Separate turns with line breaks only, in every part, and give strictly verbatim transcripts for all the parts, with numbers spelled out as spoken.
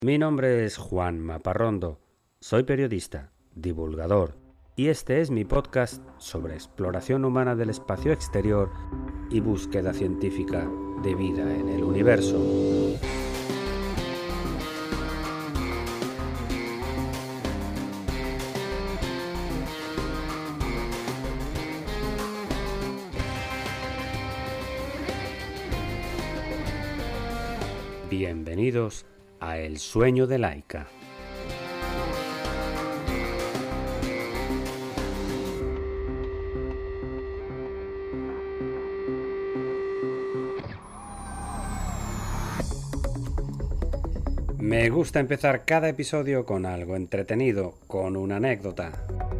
Mi nombre es Juan Maparrondo, soy periodista, divulgador, y este es mi podcast sobre exploración humana del espacio exterior y búsqueda científica de vida en el universo. Bienvenidos a El sueño de Laika. Me gusta empezar cada episodio con algo entretenido, con una anécdota.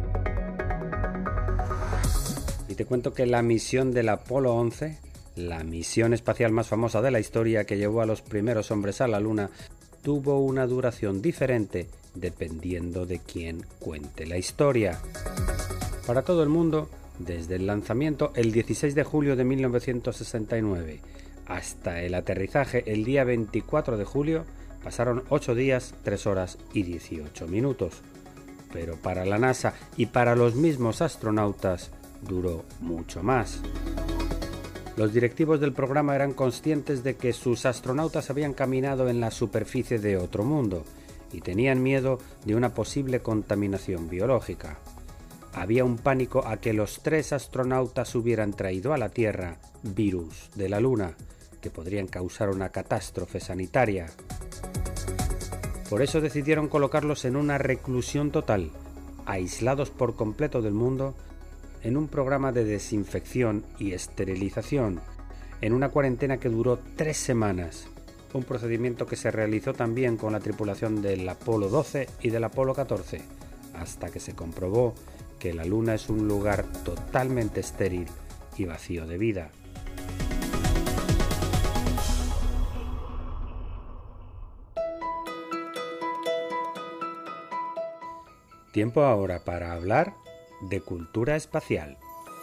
Y te cuento que la misión del Apolo once, la misión espacial más famosa de la historia que llevó a los primeros hombres a la Luna, tuvo una duración diferente dependiendo de quién cuente la historia. Para todo el mundo, desde el lanzamiento el dieciséis de julio de mil novecientos sesenta y nueve hasta el aterrizaje el día veinticuatro de julio, pasaron ocho días, tres horas y dieciocho minutos. Pero para la NASA y para los mismos astronautas duró mucho más. Los directivos del programa eran conscientes de que sus astronautas habían caminado en la superficie de otro mundo y tenían miedo de una posible contaminación biológica. Había un pánico a que los tres astronautas hubieran traído a la Tierra virus de la Luna, que podrían causar una catástrofe sanitaria. Por eso decidieron colocarlos en una reclusión total, aislados por completo del mundo, en un programa de desinfección y esterilización, en una cuarentena que duró tres semanas, un procedimiento que se realizó también con la tripulación del Apolo doce y del Apolo catorce, hasta que se comprobó que la Luna es un lugar totalmente estéril y vacío de vida. Tiempo ahora para hablar de cultura espacial.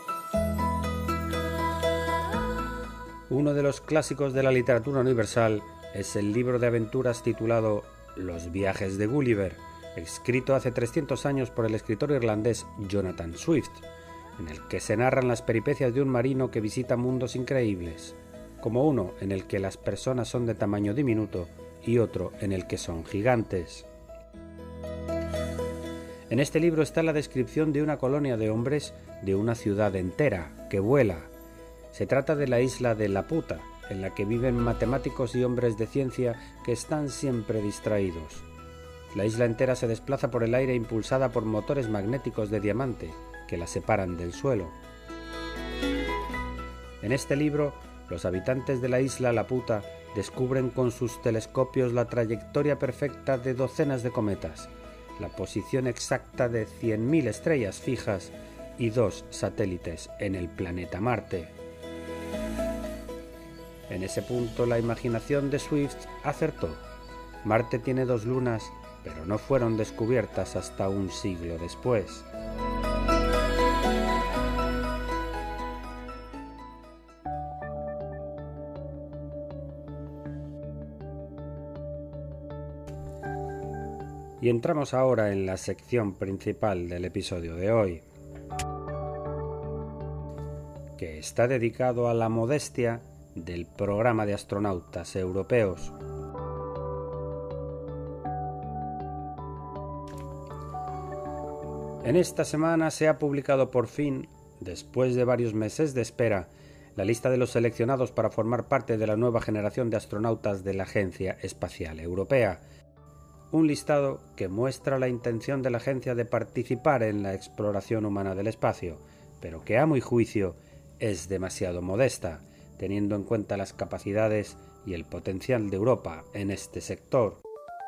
Uno de los clásicos de la literatura universal es el libro de aventuras titulado Los viajes de Gulliver, escrito hace trescientos años por el escritor irlandés Jonathan Swift, en el que se narran las peripecias de un marino que visita mundos increíbles, como uno en el que las personas son de tamaño diminuto y otro en el que son gigantes. En este libro está la descripción de una colonia de hombres de una ciudad entera que vuela. Se trata de la isla de Laputa, en la que viven matemáticos y hombres de ciencia que están siempre distraídos. La isla entera se desplaza por el aire impulsada por motores magnéticos de diamante que la separan del suelo. En este libro, los habitantes de la isla Laputa descubren con sus telescopios la trayectoria perfecta de docenas de cometas, la posición exacta de cien mil estrellas fijas y dos satélites en el planeta Marte. En ese punto la imaginación de Swift acertó. Marte tiene dos lunas, pero no fueron descubiertas hasta un siglo después. Y entramos ahora en la sección principal del episodio de hoy, que está dedicado a la modestia del programa de astronautas europeos. En esta semana se ha publicado por fin, después de varios meses de espera, la lista de los seleccionados para formar parte de la nueva generación de astronautas de la Agencia Espacial Europea. Un listado que muestra la intención de la agencia de participar en la exploración humana del espacio, pero que a mi juicio es demasiado modesta, teniendo en cuenta las capacidades y el potencial de Europa en este sector.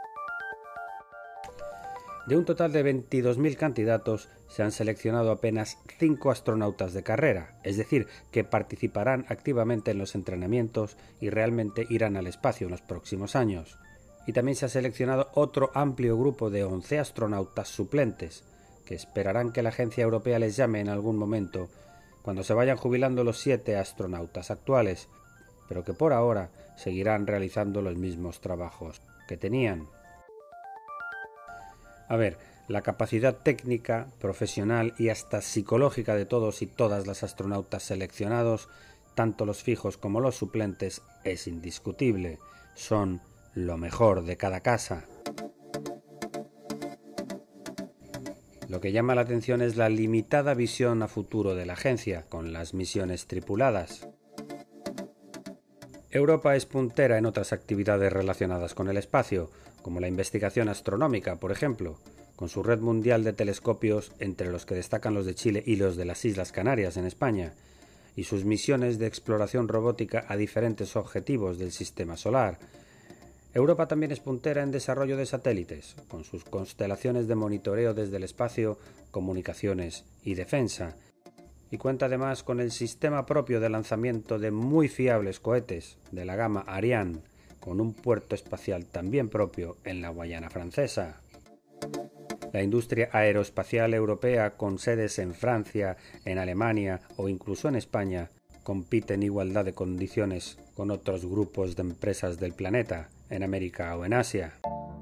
De un total de veintidós mil candidatos, se han seleccionado apenas cinco astronautas de carrera, es decir, que participarán activamente en los entrenamientos y realmente irán al espacio en los próximos años. Y también se ha seleccionado otro amplio grupo de once astronautas suplentes, que esperarán que la agencia europea les llame en algún momento, cuando se vayan jubilando los siete astronautas actuales, pero que por ahora seguirán realizando los mismos trabajos que tenían. A ver, la capacidad técnica, profesional y hasta psicológica de todos y todas las astronautas seleccionados, tanto los fijos como los suplentes, es indiscutible. Son lo mejor de cada casa. Lo que llama la atención es la limitada visión a futuro de la agencia, con las misiones tripuladas. Europa es puntera en otras actividades relacionadas con el espacio, como la investigación astronómica, por ejemplo, con su red mundial de telescopios, entre los que destacan los de Chile y los de las Islas Canarias en España, y sus misiones de exploración robótica a diferentes objetivos del sistema solar. Europa también es puntera en desarrollo de satélites, con sus constelaciones de monitoreo desde el espacio, comunicaciones y defensa, y cuenta además con el sistema propio de lanzamiento de muy fiables cohetes de la gama Ariane, con un puerto espacial también propio en la Guayana Francesa. La industria aeroespacial europea, con sedes en Francia, en Alemania o incluso en España, compite en igualdad de condiciones con otros grupos de empresas del planeta, en América o en Asia.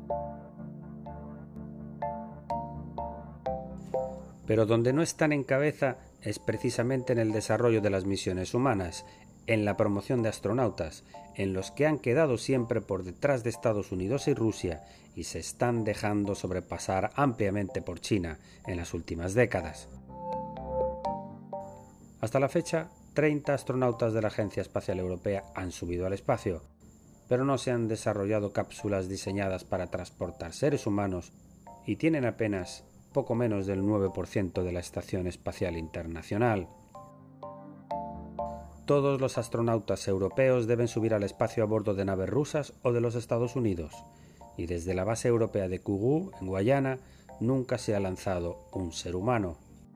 Pero donde no están en cabeza es precisamente en el desarrollo de las misiones humanas, en la promoción de astronautas, en los que han quedado siempre por detrás de Estados Unidos y Rusia y se están dejando sobrepasar ampliamente por China en las últimas décadas. Hasta la fecha, treinta astronautas de la Agencia Espacial Europea han subido al espacio, pero no se han desarrollado cápsulas diseñadas para transportar seres humanos y tienen apenas poco menos del nueve por ciento de la Estación Espacial Internacional. Todos los astronautas europeos deben subir al espacio a bordo de naves rusas o de los Estados Unidos, y desde la base europea de Kourou, en Guayana, nunca se ha lanzado un ser humano.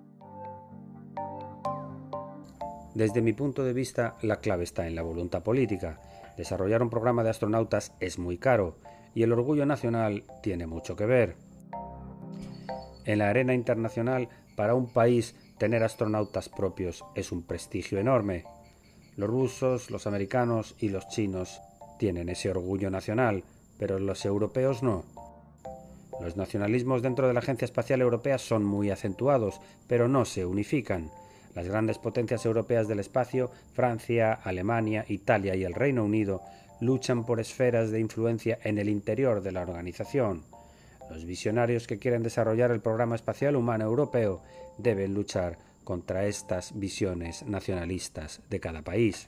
Desde mi punto de vista, la clave está en la voluntad política. Desarrollar un programa de astronautas es muy caro, y el orgullo nacional tiene mucho que ver. En la arena internacional, para un país, tener astronautas propios es un prestigio enorme. Los rusos, los americanos y los chinos tienen ese orgullo nacional, pero los europeos no. Los nacionalismos dentro de la Agencia Espacial Europea son muy acentuados, pero no se unifican. Las grandes potencias europeas del espacio, Francia, Alemania, Italia y el Reino Unido, luchan por esferas de influencia en el interior de la organización. Los visionarios que quieren desarrollar el programa espacial humano europeo deben luchar contra estas visiones nacionalistas de cada país.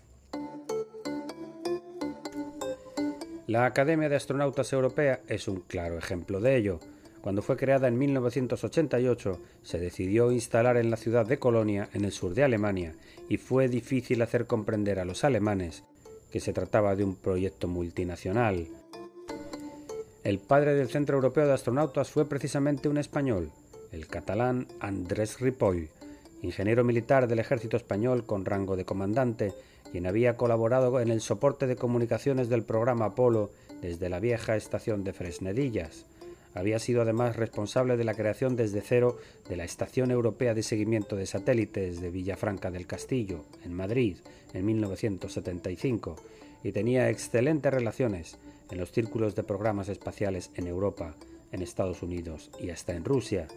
La Academia de Astronautas Europea es un claro ejemplo de ello. Cuando fue creada en mil novecientos ochenta y ocho, se decidió instalar en la ciudad de Colonia, en el sur de Alemania, y fue difícil hacer comprender a los alemanes que se trataba de un proyecto multinacional. El padre del Centro Europeo de Astronautas fue precisamente un español, el catalán Andrés Ripoll, ingeniero militar del ejército español con rango de comandante, quien había colaborado en el soporte de comunicaciones del programa Apolo desde la vieja estación de Fresnedillas. Había sido además responsable de la creación desde cero de la Estación Europea de Seguimiento de Satélites de Villafranca del Castillo, en Madrid, en mil novecientos setenta y cinco, y tenía excelentes relaciones en los círculos de programas espaciales en Europa, en Estados Unidos y hasta en Rusia.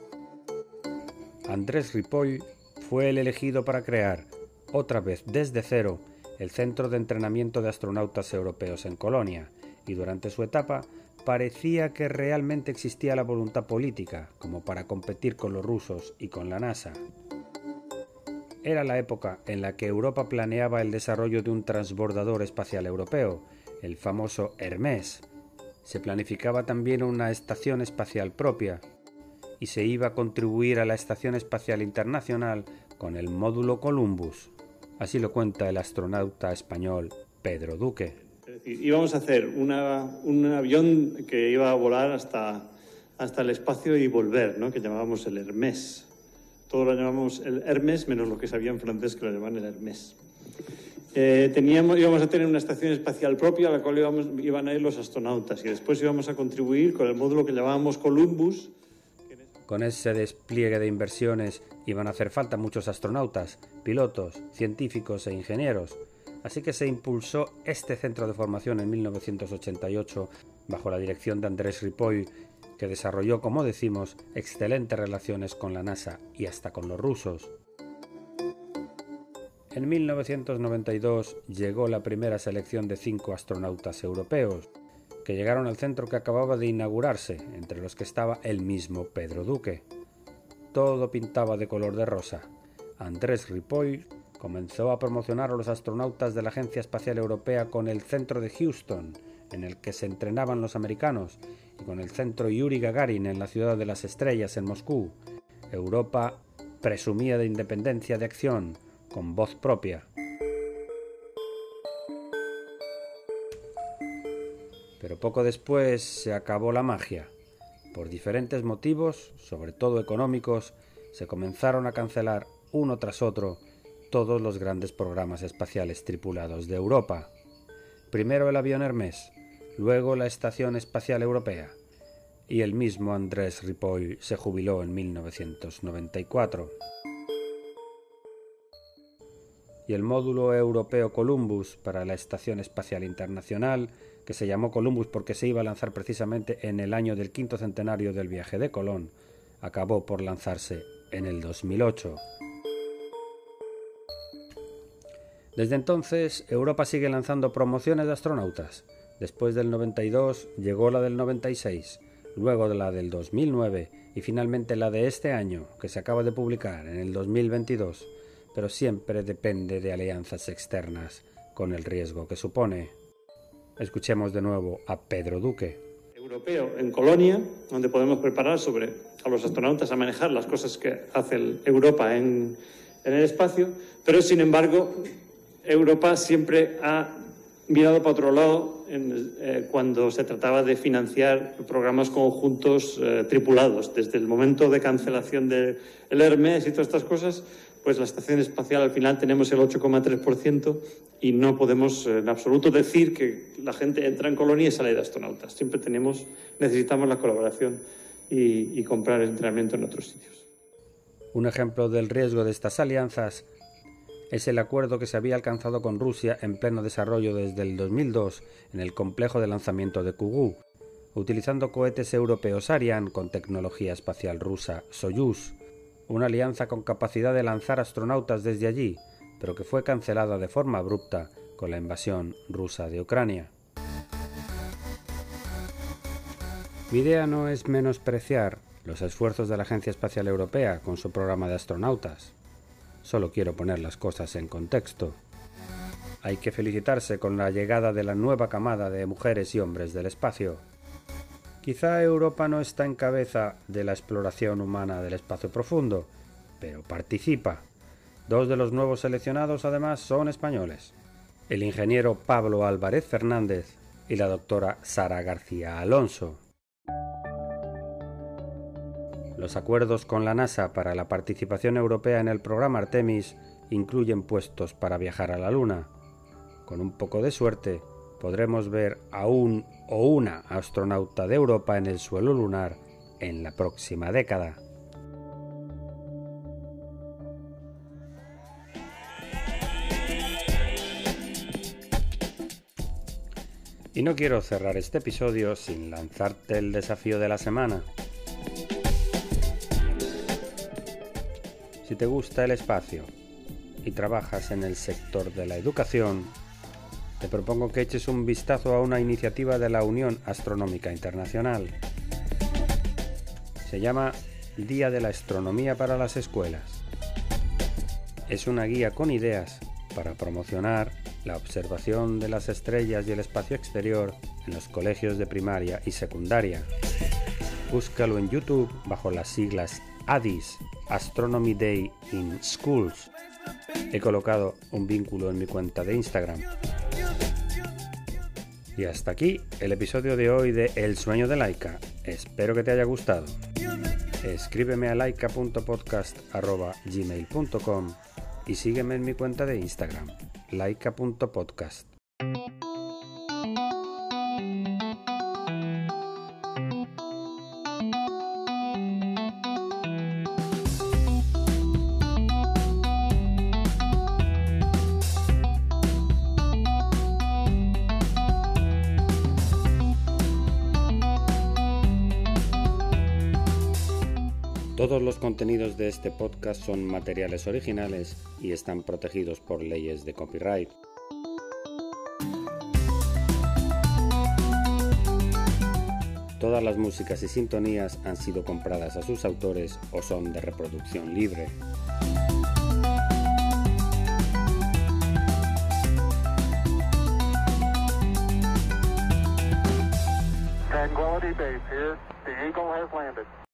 Andrés Ripoll fue el elegido para crear, otra vez desde cero, el Centro de Entrenamiento de Astronautas Europeos en Colonia, y durante su etapa parecía que realmente existía la voluntad política como para competir con los rusos y con la NASA. Era la época en la que Europa planeaba el desarrollo de un transbordador espacial europeo, el famoso Hermes. Se planificaba también una estación espacial propia y se iba a contribuir a la Estación Espacial Internacional con el módulo Columbus. Así lo cuenta el astronauta español Pedro Duque.
Es decir, íbamos a hacer una, un avión que iba a volar hasta, hasta el espacio y volver, ¿no?, que llamábamos el Hermès. Todos lo llamamos el Hermès, menos los que sabían francés que lo llamaban el Hermès. Eh, teníamos, íbamos a tener una estación espacial propia a la cual íbamos, iban a ir los astronautas y después íbamos a contribuir con el módulo que llamábamos Columbus.
Con ese despliegue de inversiones iban a hacer falta muchos astronautas, pilotos, científicos e ingenieros. Así que se impulsó este centro de formación en mil novecientos ochenta y ocho bajo la dirección de Andrés Ripoll, que desarrolló, como decimos, excelentes relaciones con la NASA y hasta con los rusos. En mil novecientos noventa y dos llegó la primera selección de cinco astronautas europeos, que llegaron al centro que acababa de inaugurarse, entre los que estaba el mismo Pedro Duque. Todo pintaba de color de rosa. Andrés Ripoll comenzó a promocionar a los astronautas de la Agencia Espacial Europea con el centro de Houston, en el que se entrenaban los americanos, y con el centro Yuri Gagarin en la Ciudad de las Estrellas en Moscú. Europa presumía de independencia de acción, con voz propia. Pero poco después se acabó la magia. Por diferentes motivos, sobre todo económicos, se comenzaron a cancelar uno tras otro todos los grandes programas espaciales tripulados de Europa. Primero el avión Hermes, luego la Estación Espacial Europea, y el mismo Andrés Ripoll se jubiló en mil novecientos noventa y cuatro. Y el módulo europeo Columbus para la Estación Espacial Internacional, que se llamó Columbus porque se iba a lanzar precisamente en el año del quinto centenario del viaje de Colón, acabó por lanzarse en el dos mil ocho. Desde entonces, Europa sigue lanzando promociones de astronautas. Después del noventa y dos llegó la del noventa y seis, luego de la del dos mil nueve y finalmente la de este año, que se acaba de publicar en el dos mil veintidós, pero siempre depende de alianzas externas, con el riesgo que supone. Escuchemos de nuevo a Pedro Duque.
Europeo en Colonia, donde podemos preparar sobre, a los astronautas a manejar las cosas que hace el Europa en, en el espacio, pero sin embargo Europa siempre ha mirado para otro lado en, eh, cuando se trataba de financiar programas conjuntos eh, tripulados. Desde el momento de cancelación del Hermes y todas estas cosas, pues la estación espacial al final tenemos el ocho coma tres por ciento y no podemos eh, en absoluto decir que la gente entra en Colonia y sale de astronautas. Siempre tenemos, necesitamos la colaboración y, y comprar entrenamiento en otros sitios.
Un ejemplo del riesgo de estas alianzas es el acuerdo que se había alcanzado con Rusia en pleno desarrollo desde el dos mil dos en el complejo de lanzamiento de Kourou, utilizando cohetes europeos Ariane con tecnología espacial rusa Soyuz, una alianza con capacidad de lanzar astronautas desde allí, pero que fue cancelada de forma abrupta con la invasión rusa de Ucrania. Mi idea no es menospreciar los esfuerzos de la Agencia Espacial Europea con su programa de astronautas. Solo quiero poner las cosas en contexto. Hay que felicitarse con la llegada de la nueva camada de mujeres y hombres del espacio. Quizá Europa no está en cabeza de la exploración humana del espacio profundo, pero participa. Dos de los nuevos seleccionados además son españoles, el ingeniero Pablo Álvarez Fernández y la doctora Sara García Alonso. Los acuerdos con la NASA para la participación europea en el programa Artemis incluyen puestos para viajar a la Luna. Con un poco de suerte, podremos ver a un o una astronauta de Europa en el suelo lunar en la próxima década. Y no quiero cerrar este episodio sin lanzarte el desafío de la semana. Si te gusta el espacio y trabajas en el sector de la educación, te propongo que eches un vistazo a una iniciativa de la Unión Astronómica Internacional. Se llama Día de la Astronomía para las Escuelas. Es una guía con ideas para promocionar la observación de las estrellas y el espacio exterior en los colegios de primaria y secundaria. Búscalo en YouTube bajo las siglas A D I S, Astronomy Day in Schools. He colocado un vínculo en mi cuenta de Instagram. Y hasta aquí el episodio de hoy de El sueño de Laika. Espero que te haya gustado. Escríbeme a laika punto podcast arroba gmail punto com y sígueme en mi cuenta de Instagram, laika punto podcast. Todos los contenidos de este podcast son materiales originales y están protegidos por leyes de copyright. Todas las músicas y sintonías han sido compradas a sus autores o son de reproducción libre.
Tranquility Base here. The Eagle has landed.